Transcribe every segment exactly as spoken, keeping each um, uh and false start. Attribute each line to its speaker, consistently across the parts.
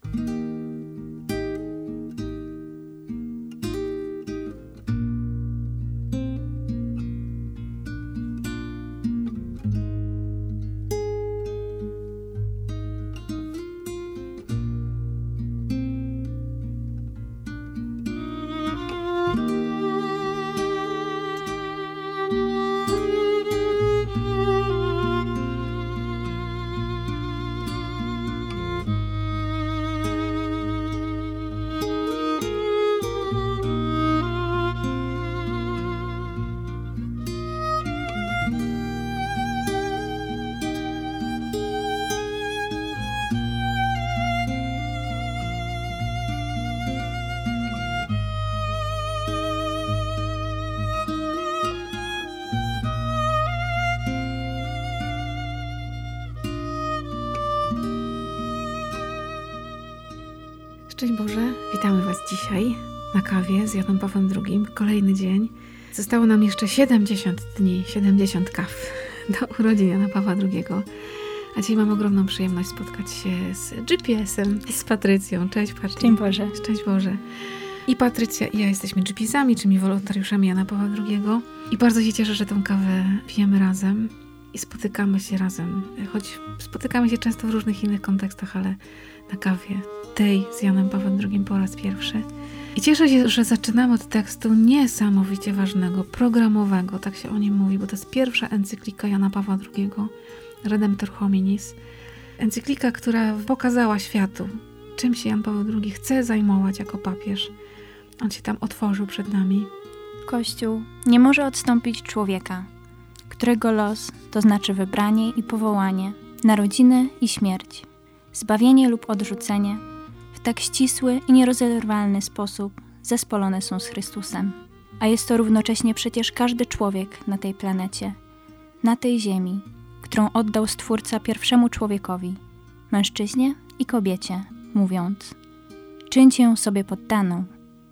Speaker 1: Szczęść Boże, witamy Was dzisiaj na kawie z Janem Pawłem drugim. Kolejny dzień. Zostało nam jeszcze siedemdziesiąt dni, siedemdziesiąt kaw do urodzin Jana Pawła drugiego. A dzisiaj mam ogromną przyjemność spotkać się z G P S-em, z Patrycją. Cześć Patrycja.
Speaker 2: Szczęść Boże.
Speaker 1: Szczęść Boże. I Patrycja i ja jesteśmy G P S-ami, czyli wolontariuszami Jana Pawła drugiego. I bardzo się cieszę, że tą kawę pijemy razem i spotykamy się razem. Choć spotykamy się często w różnych innych kontekstach, ale na kawie tej z Janem Pawłem drugim po raz pierwszy. I cieszę się, że zaczynamy od tekstu niesamowicie ważnego, programowego, tak się o nim mówi, bo to jest pierwsza encyklika Jana Pawła drugiego, Redemptor Hominis. Encyklika, która pokazała światu, czym się Jan Paweł drugi chce zajmować jako papież. On się tam otworzył przed nami.
Speaker 2: Kościół nie może odstąpić człowieka, którego los to znaczy wybranie i powołanie, narodziny i śmierć, zbawienie lub odrzucenie, w tak ścisły i nierozerwalny sposób zespolone są z Chrystusem. A jest to równocześnie przecież każdy człowiek na tej planecie, na tej ziemi, którą oddał Stwórca pierwszemu człowiekowi, mężczyźnie i kobiecie, mówiąc: czyńcie ją sobie poddaną.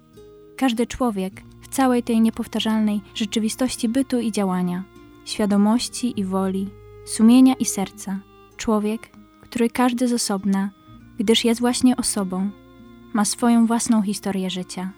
Speaker 2: Każdy człowiek w całej tej niepowtarzalnej rzeczywistości bytu i działania, świadomości i woli, sumienia i serca, człowiek, który każdy z osobna, gdyż jest właśnie osobą, ma swoją własną historię życia,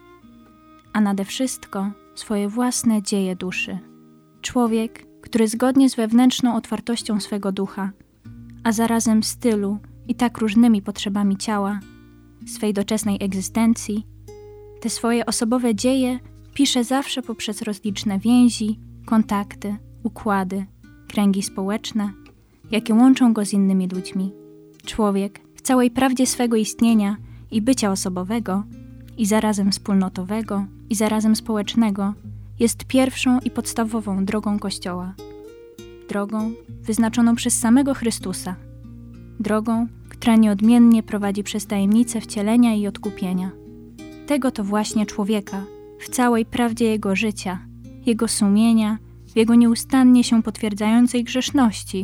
Speaker 2: a nade wszystko swoje własne dzieje duszy. Człowiek, który zgodnie z wewnętrzną otwartością swego ducha, a zarazem stylu i tak różnymi potrzebami ciała, swej doczesnej egzystencji, te swoje osobowe dzieje pisze zawsze poprzez rozliczne więzi, kontakty, układy, kręgi społeczne, jakie łączą go z innymi ludźmi. Człowiek w całej prawdzie swego istnienia i bycia osobowego, i zarazem wspólnotowego, i zarazem społecznego, jest pierwszą i podstawową drogą Kościoła. Drogą wyznaczoną przez samego Chrystusa. Drogą, która nieodmiennie prowadzi przez tajemnicę wcielenia i odkupienia. Tego to właśnie człowieka, w całej prawdzie jego życia, jego sumienia, w jego nieustannie się potwierdzającej grzeszności,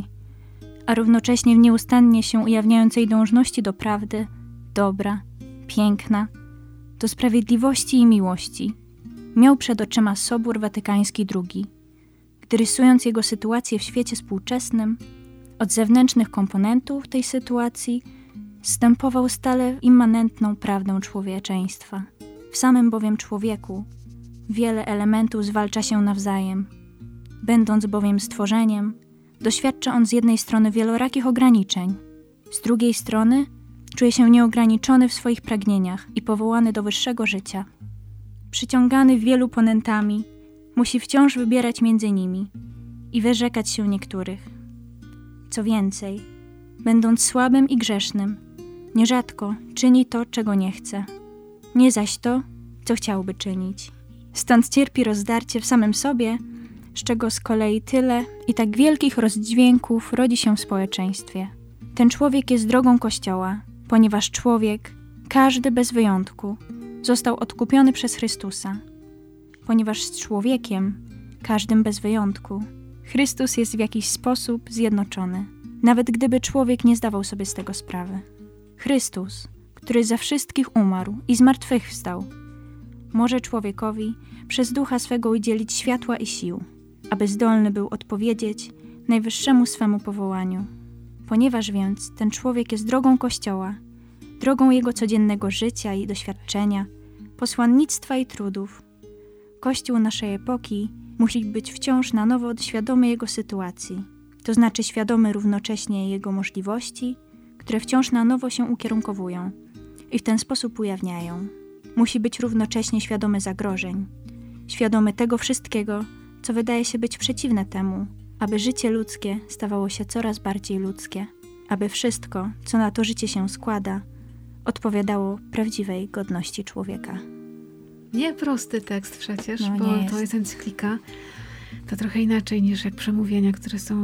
Speaker 2: a równocześnie w nieustannie się ujawniającej dążności do prawdy, dobra, piękna, do sprawiedliwości i miłości, miał przed oczyma Sobór Watykański drugi, gdy rysując jego sytuację w świecie współczesnym, od zewnętrznych komponentów tej sytuacji zstępował stale immanentną prawdę człowieczeństwa. W samym bowiem człowieku wiele elementów zwalcza się nawzajem. Będąc bowiem stworzeniem, doświadcza on z jednej strony wielorakich ograniczeń, z drugiej strony czuje się nieograniczony w swoich pragnieniach i powołany do wyższego życia. Przyciągany wielu ponętami, musi wciąż wybierać między nimi i wyrzekać się niektórych. Co więcej, będąc słabym i grzesznym, nierzadko czyni to, czego nie chce, nie zaś to, co chciałby czynić. Stąd cierpi rozdarcie w samym sobie, z czego z kolei tyle i tak wielkich rozdźwięków rodzi się w społeczeństwie. Ten człowiek jest drogą Kościoła, ponieważ człowiek, każdy bez wyjątku, został odkupiony przez Chrystusa. Ponieważ z człowiekiem, każdym bez wyjątku, Chrystus jest w jakiś sposób zjednoczony, nawet gdyby człowiek nie zdawał sobie z tego sprawy. Chrystus, który za wszystkich umarł i zmartwychwstał, może człowiekowi przez ducha swego udzielić światła i sił, aby zdolny był odpowiedzieć najwyższemu swemu powołaniu. Ponieważ więc ten człowiek jest drogą Kościoła, drogą jego codziennego życia i doświadczenia, posłannictwa i trudów. Kościół naszej epoki musi być wciąż na nowo świadomy jego sytuacji, to znaczy świadomy równocześnie jego możliwości, które wciąż na nowo się ukierunkowują i w ten sposób ujawniają. Musi być równocześnie świadomy zagrożeń, świadomy tego wszystkiego, co wydaje się być przeciwne temu, aby życie ludzkie stawało się coraz bardziej ludzkie, aby wszystko, co na to życie się składa, odpowiadało prawdziwej godności człowieka.
Speaker 1: Nie prosty tekst przecież,
Speaker 2: No,
Speaker 1: bo
Speaker 2: jest.
Speaker 1: to jest encyklika. To trochę inaczej niż jak przemówienia, które są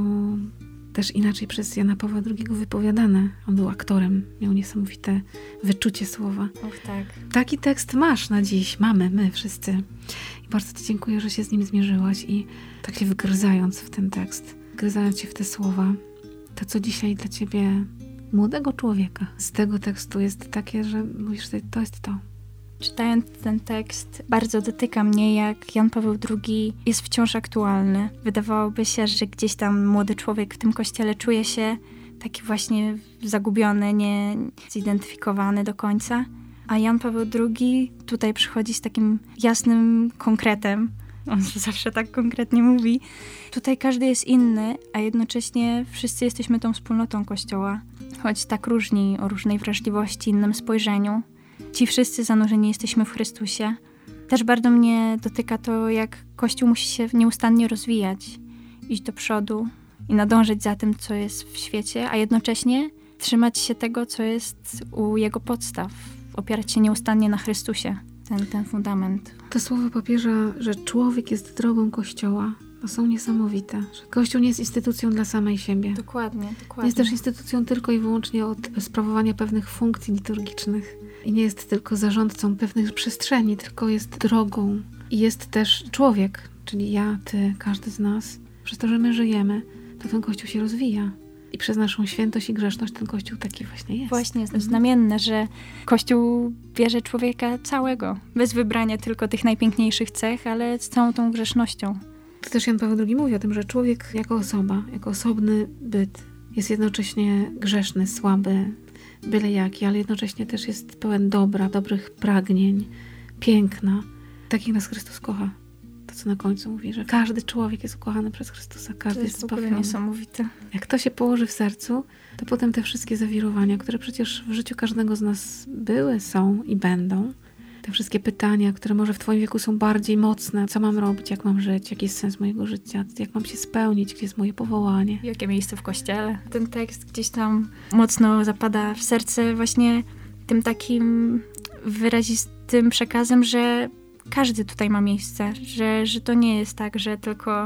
Speaker 1: też inaczej przez Jana Pawła drugiego wypowiadane. On był aktorem, miał niesamowite wyczucie słowa.
Speaker 2: Och, tak.
Speaker 1: Taki tekst masz na dziś, mamy, my wszyscy. I bardzo ci dziękuję, że się z nim zmierzyłaś i tak się wygryzając w ten tekst, wgryzając się w te słowa, to co dzisiaj dla ciebie, młodego człowieka, z tego tekstu jest takie, że mówisz sobie, to jest to.
Speaker 2: Czytając ten tekst, bardzo dotyka mnie, jak Jan Paweł drugi jest wciąż aktualny. Wydawałoby się, że gdzieś tam młody człowiek w tym kościele czuje się taki właśnie zagubiony, nie zidentyfikowany do końca. A Jan Paweł drugi tutaj przychodzi z takim jasnym konkretem. On zawsze tak konkretnie mówi. Tutaj każdy jest inny, a jednocześnie wszyscy jesteśmy tą wspólnotą Kościoła. Choć tak różni, o różnej wrażliwości, innym spojrzeniu. Ci wszyscy zanurzeni jesteśmy w Chrystusie. Też bardzo mnie dotyka to, jak Kościół musi się nieustannie rozwijać, iść do przodu i nadążyć za tym, co jest w świecie, a jednocześnie trzymać się tego, co jest u jego podstaw. Opierać się nieustannie na Chrystusie, ten, ten fundament.
Speaker 1: Te słowa papieża, że człowiek jest drogą Kościoła, to są niesamowite. Że Kościół nie jest instytucją dla samej siebie.
Speaker 2: Dokładnie, dokładnie.
Speaker 1: Jest też instytucją tylko i wyłącznie od sprawowania pewnych funkcji liturgicznych. I nie jest tylko zarządcą pewnych przestrzeni, tylko jest drogą. I jest też człowiek, czyli ja, ty, każdy z nas. Przez to, że my żyjemy, to ten Kościół się rozwija. I przez naszą świętość i grzeszność ten Kościół taki właśnie jest.
Speaker 2: Właśnie jest
Speaker 1: Mhm.
Speaker 2: znamienne, że Kościół bierze człowieka całego. Bez wybrania tylko tych najpiękniejszych cech, ale z całą tą grzesznością.
Speaker 1: To też Jan Paweł drugi mówi o tym, że człowiek jako osoba, jako osobny byt jest jednocześnie grzeszny, słaby, byle jaki, ale jednocześnie też jest pełen dobra, dobrych pragnień, piękna. Takich nas Chrystus kocha. To, co na końcu mówi, że każdy człowiek jest ukochany przez Chrystusa, każdy
Speaker 2: To
Speaker 1: jest
Speaker 2: jest w ogóle
Speaker 1: zbawiony.
Speaker 2: niesamowite.
Speaker 1: Jak to się położy w sercu, to potem te wszystkie zawirowania, które przecież w życiu każdego z nas były, są i będą, te wszystkie pytania, które może w twoim wieku są bardziej mocne. Co mam robić, jak mam żyć, jaki jest sens mojego życia, jak mam się spełnić, gdzie jest moje powołanie.
Speaker 2: Jakie miejsce w kościele? Ten tekst gdzieś tam mocno zapada w serce właśnie tym takim wyrazistym przekazem, że każdy tutaj ma miejsce, że, że to nie jest tak, że tylko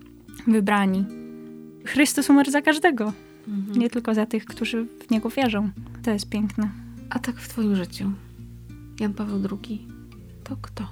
Speaker 2: wybrani. Chrystus umarł za każdego,
Speaker 1: Mhm.
Speaker 2: nie tylko za tych, którzy w Niego wierzą. To jest piękne.
Speaker 1: A tak w twoim życiu, Jan Paweł drugi, to kto?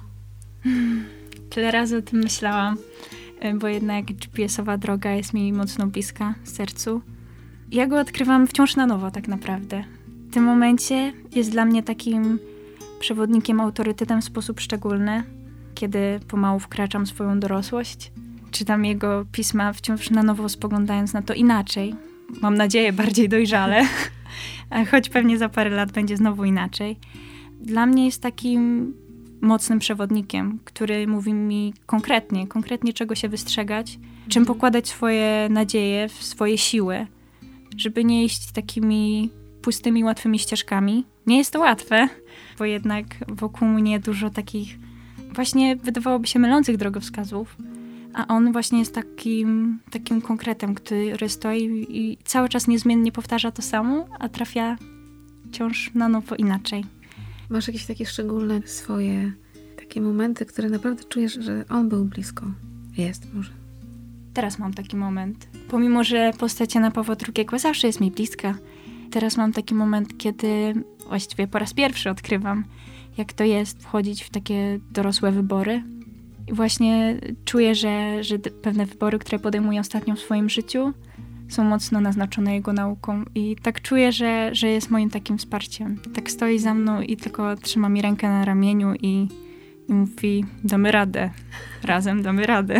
Speaker 2: Tyle razy o tym myślałam, bo jednak G P S-owa droga jest mi mocno bliska sercu. Ja go odkrywam wciąż na nowo tak naprawdę. W tym momencie jest dla mnie takim przewodnikiem, autorytetem w sposób szczególny, kiedy pomału wkraczam w swoją dorosłość. Czytam jego pisma wciąż na nowo, spoglądając na to inaczej. Mam nadzieję, bardziej dojrzale, choć pewnie za parę lat będzie znowu inaczej. Dla mnie jest takim mocnym przewodnikiem, który mówi mi konkretnie, konkretnie czego się wystrzegać, czym pokładać swoje nadzieje, w swoje siły, żeby nie iść takimi pustymi, łatwymi ścieżkami. Nie jest to łatwe, bo jednak wokół mnie dużo takich właśnie wydawałoby się mylących drogowskazów, a on właśnie jest takim, takim konkretem, który stoi i cały czas niezmiennie powtarza to samo, a trafia wciąż na nowo inaczej.
Speaker 1: Masz jakieś takie szczególne swoje takie momenty, które naprawdę czujesz, że on był blisko? Jest może.
Speaker 2: Teraz mam taki moment. Pomimo, że postać Jana Pawła drugiego zawsze jest mi bliska, teraz mam taki moment, kiedy właściwie po raz pierwszy odkrywam, jak to jest wchodzić w takie dorosłe wybory. I właśnie czuję, że, że pewne wybory, które podejmuję ostatnio w swoim życiu, są mocno naznaczone jego nauką. I tak czuję, że, że jest moim takim wsparciem. Tak stoi za mną i tylko trzyma mi rękę na ramieniu i, i mówi, damy radę. Razem damy radę.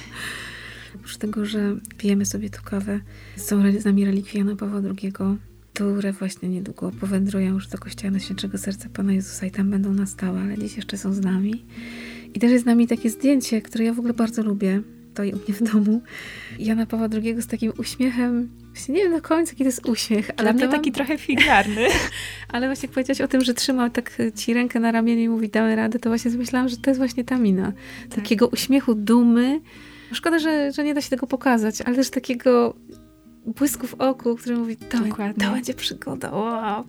Speaker 1: Oprócz tego, że pijemy sobie tu kawę, są z nami relikwie Jana Pawła drugiego, które właśnie niedługo powędrują już do Kościoła Najświętszego Serca Pana Jezusa i tam będą na stałe, ale dziś jeszcze są z nami. I też jest z nami takie zdjęcie, które ja w ogóle bardzo lubię. To i u mnie w domu. Jana Pawła drugiego z takim uśmiechem. Właśnie nie wiem do końca, jaki to jest uśmiech.
Speaker 2: Ale
Speaker 1: ale
Speaker 2: mnie
Speaker 1: mam...
Speaker 2: taki trochę filigrany.
Speaker 1: Ale właśnie jak powiedziałaś o tym, że trzymał tak ci rękę na ramieniu i mówi damy radę, to właśnie myślałam, że to jest właśnie ta mina. Tak. Takiego uśmiechu, dumy. Szkoda, że, że nie da się tego pokazać, ale też takiego błysku w oku, który mówi, to, to będzie przygoda. Wow,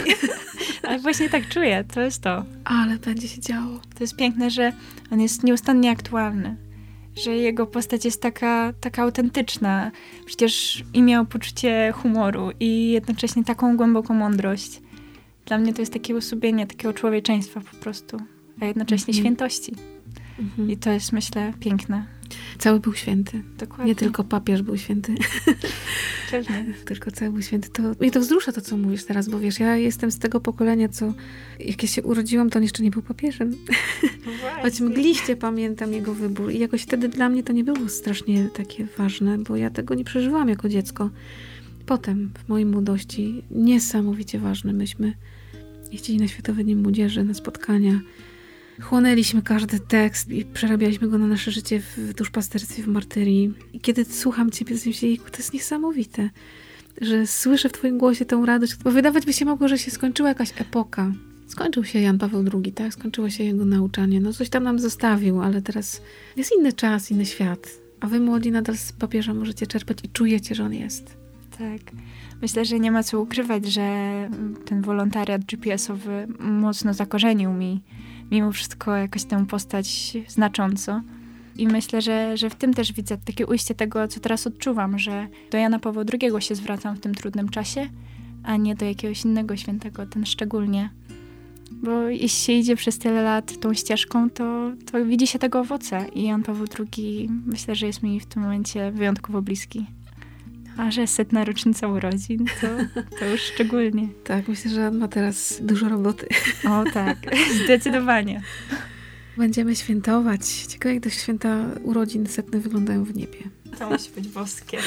Speaker 2: ale właśnie tak czuję, to jest to.
Speaker 1: Ale będzie się działo.
Speaker 2: To jest piękne, że on jest nieustannie aktualny. Że jego postać jest taka, taka autentyczna. Przecież i miał poczucie humoru i jednocześnie taką głęboką mądrość. Dla mnie to jest takie uosobienie takiego człowieczeństwa po prostu, a jednocześnie mm-hmm. świętości. Mm-hmm. I to jest, myślę, piękne.
Speaker 1: Cały był święty.
Speaker 2: Dokładnie.
Speaker 1: Nie tylko papież był święty.
Speaker 2: Pewnie.
Speaker 1: Tylko cały był święty. To, mnie to wzrusza to, co mówisz teraz, bo wiesz, ja jestem z tego pokolenia, co jak ja się urodziłam, to on jeszcze nie był papieżem. Choć mgliście pamiętam jego wybór i jakoś wtedy dla mnie to nie było strasznie takie ważne, bo ja tego nie przeżyłam jako dziecko. Potem, w mojej młodości, niesamowicie ważne. Myśmy jeździli na Światowy Dzień Młodzieży, na spotkania. Chłonęliśmy każdy tekst i przerabialiśmy go na nasze życie w duszpasterstwie, w martyrii. I kiedy słucham ciebie, to myślę, to jest niesamowite, że słyszę w twoim głosie tą radość, bo wydawać by się mogło, że się skończyła jakaś epoka. Skończył się Jan Paweł drugi, tak? Skończyło się jego nauczanie. No coś tam nam zostawił, ale teraz jest inny czas, inny świat. A wy młodzi nadal z papieża możecie czerpać i czujecie, że on jest.
Speaker 2: Tak. Myślę, że nie ma co ukrywać, że ten wolontariat G P S-owy mocno zakorzenił mi mimo wszystko jakoś tę postać znacząco. I myślę, że, że w tym też widzę takie ujście tego, co teraz odczuwam, że do Jana Pawła drugiego się zwracam w tym trudnym czasie, a nie do jakiegoś innego świętego, ten szczególnie. Bo jeśli się idzie przez tyle lat tą ścieżką, to, to widzi się tego owoce. I Jan Paweł drugi myślę, że jest mi w tym momencie wyjątkowo bliski. A że setna rocznica urodzin, to, to już szczególnie.
Speaker 1: Tak, myślę, że on ma teraz dużo roboty.
Speaker 2: O tak, zdecydowanie.
Speaker 1: Będziemy świętować. Ciekawe, jak te święta urodzin setne wyglądają w niebie.
Speaker 2: To musi być boskie.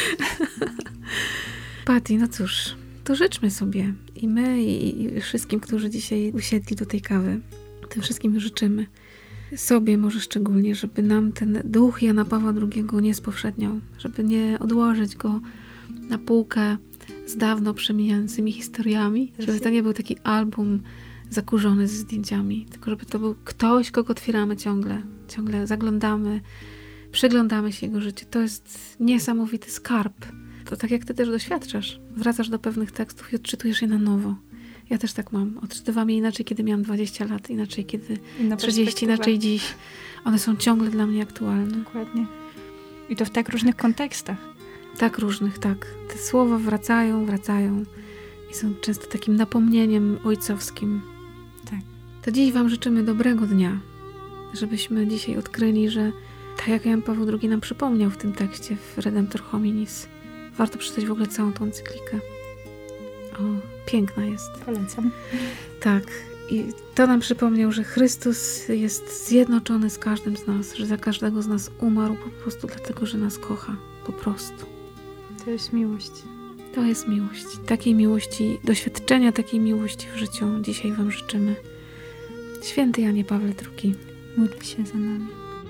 Speaker 1: Patty, no cóż, to życzmy sobie. I my, i, i wszystkim, którzy dzisiaj usiedli do tej kawy. Tym wszystkim życzymy. Sobie może szczególnie, żeby nam ten duch Jana Pawła drugiego nie spowszedniał. Żeby nie odłożyć go na półkę z dawno przemijającymi historiami. Żeby to nie był taki album zakurzony ze zdjęciami. Tylko żeby to był ktoś, kogo otwieramy ciągle. Ciągle zaglądamy, przyglądamy się jego życiu. To jest niesamowity skarb. To tak jak ty też doświadczasz. Wracasz do pewnych tekstów i odczytujesz je na nowo. Ja też tak mam. Odczytywam je inaczej, kiedy miałam dwadzieścia lat, inaczej, kiedy trzydzieści, inaczej dziś. One są ciągle dla mnie aktualne.
Speaker 2: Dokładnie. I to w tak różnych kontekstach.
Speaker 1: Tak różnych, tak. Te słowa wracają, wracają i są często takim napomnieniem ojcowskim.
Speaker 2: Tak.
Speaker 1: To dziś wam życzymy dobrego dnia. Żebyśmy dzisiaj odkryli, że tak jak Jan Paweł drugi nam przypomniał w tym tekście w Redemptor Hominis, warto przeczytać w ogóle całą tą encyklikę. O, piękna jest.
Speaker 2: Polecam.
Speaker 1: Tak. I to nam przypomniał, że Chrystus jest zjednoczony z każdym z nas, że za każdego z nas umarł po prostu dlatego, że nas kocha. Po prostu.
Speaker 2: To jest miłość.
Speaker 1: To jest miłość. Takiej miłości, doświadczenia takiej miłości w życiu dzisiaj wam życzymy. Święty Janie Pawle drugi.
Speaker 2: Módl się za nami.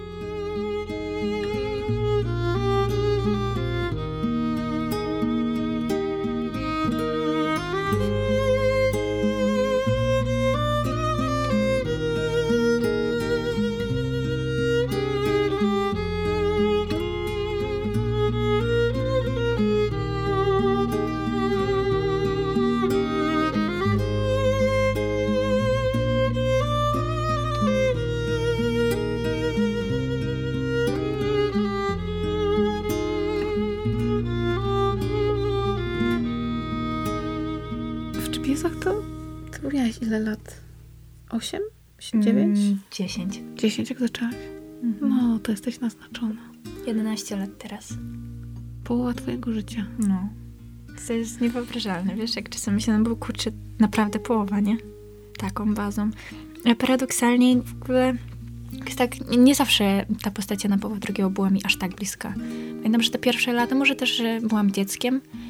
Speaker 1: To, to miałeś ile lat? Osiem? Dziewięć?
Speaker 2: Mm, dziesięć.
Speaker 1: Dziesięć, jak zaczęłaś? Mhm. No, to jesteś naznaczona.
Speaker 2: Jedenaście lat teraz.
Speaker 1: Połowa twojego życia.
Speaker 2: No. To jest niewyobrażalne, wiesz, jak czasem myślę, no bo kurczę, naprawdę połowa, nie? Taką bazą. A paradoksalnie w ogóle jest tak, nie zawsze ta postać Jana Pawła drugiego była mi aż tak bliska. Pamiętam, że te pierwsze lata, może też, że byłam dzieckiem,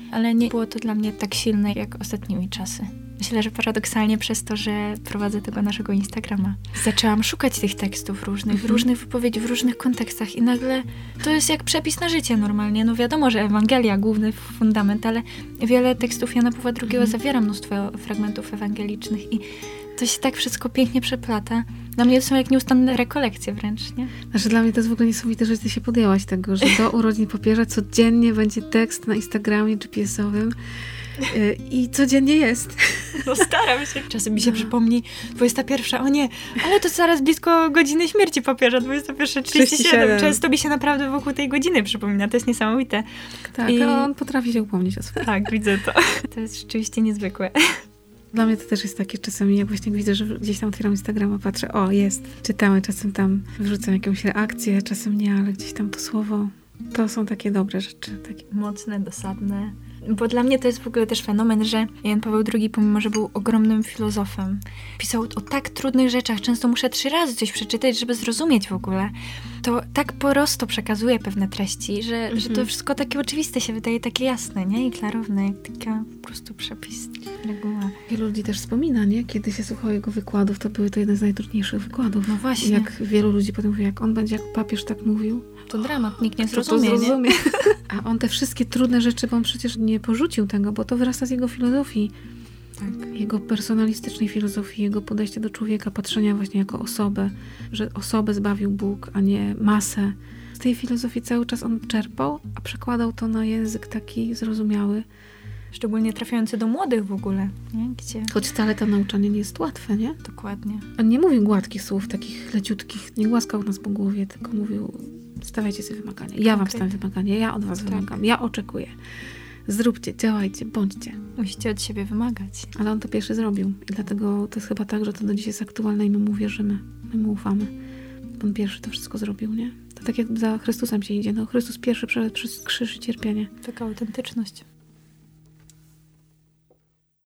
Speaker 2: ale nie było to dla mnie tak silne jak ostatnimi czasy. Myślę, że paradoksalnie przez to, że prowadzę tego naszego Instagrama. Zaczęłam szukać tych tekstów różnych, mhm. różnych wypowiedzi w różnych kontekstach i nagle to jest jak przepis na życie normalnie. No wiadomo, że Ewangelia, główny fundament, ale wiele tekstów Jana Pawła drugiego mhm. zawiera mnóstwo fragmentów ewangelicznych i to się tak wszystko pięknie przeplata. Dla mnie to są jak nieustanne rekolekcje wręcz, nie?
Speaker 1: Znaczy dla mnie to jest w ogóle niesamowite, że ty się podjęłaś tego, że do urodzin papieża codziennie będzie tekst na Instagramie G P S-owym yy, i codziennie jest.
Speaker 2: No staram się. Czasem mi się no. przypomni dwudziesta pierwsza, o nie, ale to zaraz blisko godziny śmierci papieża, dwudziesta pierwsza trzydzieści siedem. Często mi się naprawdę wokół tej godziny przypomina, to jest niesamowite.
Speaker 1: Tak, I... on potrafi się upomnieć o swoje.
Speaker 2: Tak, widzę to. To jest rzeczywiście niezwykłe.
Speaker 1: Dla mnie to też jest takie czasami, jak właśnie widzę, że gdzieś tam otwieram Instagrama, patrzę, o jest, czytamy, czasem tam wrzucam jakąś reakcję, czasem nie, ale gdzieś tam to słowo, to są takie dobre rzeczy. Takie
Speaker 2: mocne, dosadne. Bo dla mnie to jest w ogóle też fenomen, że Jan Paweł drugi, pomimo że był ogromnym filozofem, pisał o tak trudnych rzeczach, często muszę trzy razy coś przeczytać, żeby zrozumieć w ogóle, to tak prosto przekazuje pewne treści, że, mhm. że to wszystko takie oczywiste się wydaje, takie jasne, nie? I klarowne, jak taki po prostu przepis, reguła.
Speaker 1: Wielu ludzi też wspomina, nie? Kiedy się słuchało jego wykładów, to były to jedne z najtrudniejszych wykładów.
Speaker 2: No właśnie.
Speaker 1: I jak wielu ludzi potem mówi, jak on będzie, jak papież tak mówił,
Speaker 2: to dramat, nikt nie
Speaker 1: zrozumie, to zrozumie. Nie? A on te wszystkie trudne rzeczy, bo on przecież nie porzucił tego, bo to wyrasta z jego filozofii. Tak. Jego personalistycznej filozofii, jego podejścia do człowieka, patrzenia właśnie jako osobę, że osobę zbawił Bóg, a nie masę. Z tej filozofii cały czas on czerpał, a przekładał to na język taki zrozumiały.
Speaker 2: Szczególnie trafiający do młodych w ogóle, nie? Gdzie...
Speaker 1: Choć wcale to nauczanie nie jest łatwe, nie?
Speaker 2: Dokładnie.
Speaker 1: On nie mówił gładkich słów, takich leciutkich, nie głaskał nas po głowie, tylko mówił, stawiajcie sobie wymagania. Ja wam stawiam wymagania, ja od was tak. wymagam, ja oczekuję. Zróbcie, działajcie, bądźcie.
Speaker 2: Musicie od siebie wymagać.
Speaker 1: Ale on to pierwszy zrobił i dlatego to jest chyba tak, że to do dziś jest aktualne i my mu wierzymy, my mu ufamy. On pierwszy to wszystko zrobił, nie? To tak jak za Chrystusem się idzie, no Chrystus pierwszy przeszedł przez krzyż i cierpienie.
Speaker 2: Taka autentyczność.